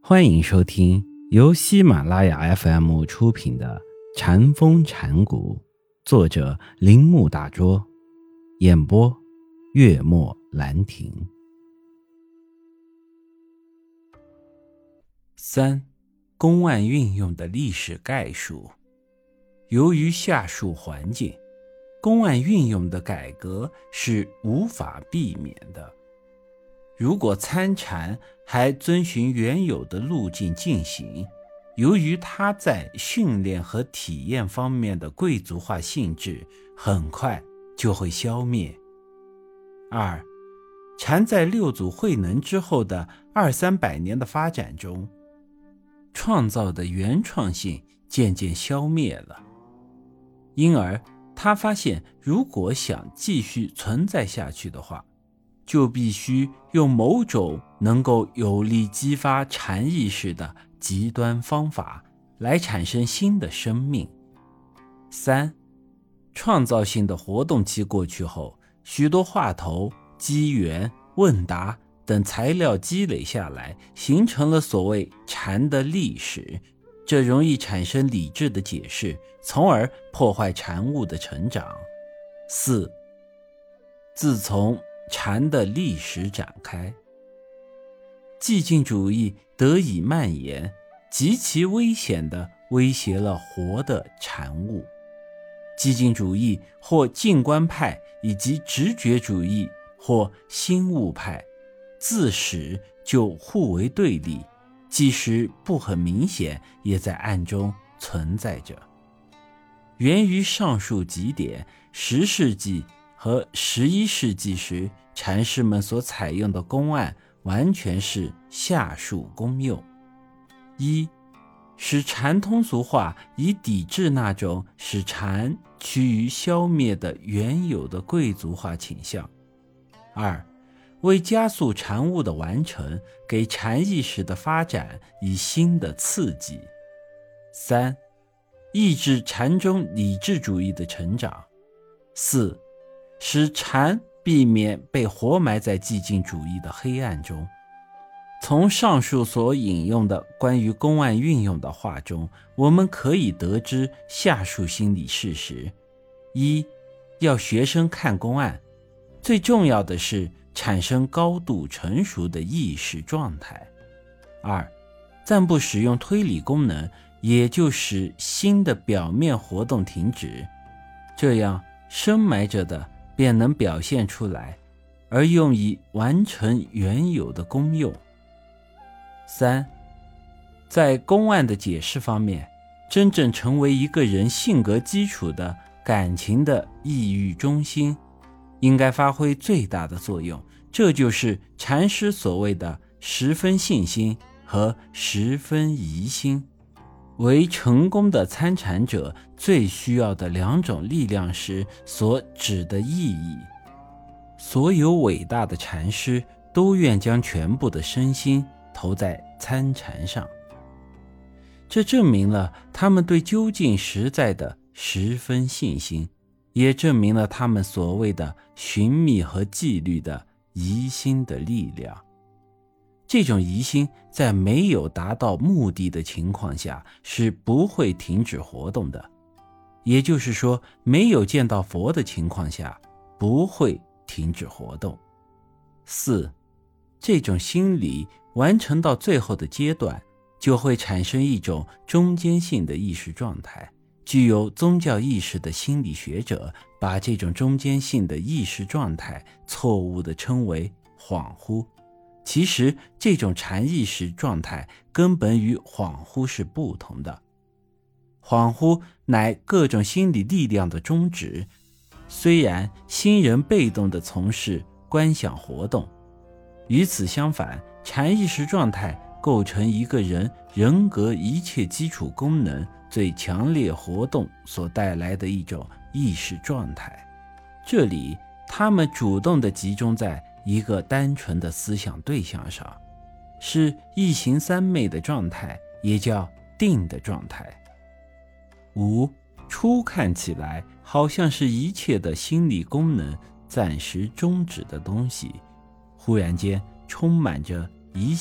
欢迎收听由喜马拉雅 FM 出品的《禅风禅谷》，作者铃木大拙，演播月末兰亭。3. 公案运用的历史概述。由于下述环境，公案运用的改革是无法避免的。如果参禅还遵循原有的路径进行，由于它在训练和体验方面的贵族化性质很快就会消灭。2. 禅在六祖慧能之后的200-300年的发展中，创造的原创性渐渐消灭了，因而他发现如果想继续存在下去的话，就必须用某种能够有力激发禅意识的极端方法来产生新的生命。3. 创造性的活动期过去后，许多话头、机缘、问答等材料积累下来，形成了所谓禅的历史，这容易产生理智的解释，从而破坏禅悟的成长。4. 自从禅的历史展开，寂静主义得以蔓延，极其危险地威胁了活的禅悟。寂静主义或静观派以及直觉主义或心悟派自始就互为对立，即使不很明显，也在暗中存在着。源于上述几点，10世纪和11世纪时禅师们所采用的公案完全是下述功用。1. 使禅通俗化，以抵制那种使禅趋于消灭的原有的贵族化倾向。2. 为加速禅悟的完成，给禅意识的发展以新的刺激。3. 抑制禅中理智主义的成长。4. 使禅避免被活埋在寂静主义的黑暗中。从上述所引用的关于公案运用的话中，我们可以得知下述心理事实。1. 要学生看公案，最重要的是产生高度成熟的意识状态。2. 暂不使用推理功能，也就使心的表面活动停止，这样深埋着的便能表现出来，而用以完成原有的功用。3. 在公案的解释方面，真正成为一个人性格基础的感情的意欲中心，应该发挥最大的作用，这就是禅师所谓的10分信心和10分疑心。为成功的参禅者最需要的2种力量时所指的意义。所有伟大的禅师都愿将全部的身心投在参禅上，这证明了他们对究竟实在的10分信心，也证明了他们所谓的寻觅和纪律的疑心的力量。这种疑心在没有达到目的的情况下是不会停止活动的，也就是说，没有见到佛的情况下不会停止活动。4. 这种心理完成到最后的阶段，就会产生一种中间性的意识状态。具有宗教意识的心理学者把这种中间性的意识状态错误地称为恍惚。其实这种禅意识状态根本与恍惚是不同的。恍惚乃各种心理力量的终止，虽然心人被动地从事观想活动，与此相反，禅意识状态构成一个人人格一切基础功能最强烈活动所带来的一种意识状态。这里他们主动地集中在一个单纯的思想对象上，是一行三昧的状态，也叫定的状态。5. 初看起来好像是一切的心理功能暂时终止的东西，忽然间充满着一项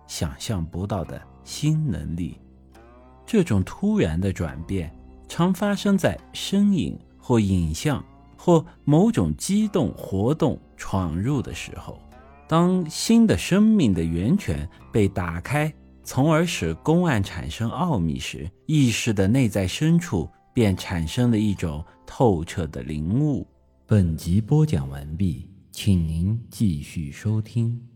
想象不到的新能力。这种突然的转变常发生在声音或影像或某种激动活动闯入的时候。当新的生命的源泉被打开，从而使公案产生奥秘时，意识的内在深处便产生了一种透彻的领悟。本集播讲完毕，请您继续收听。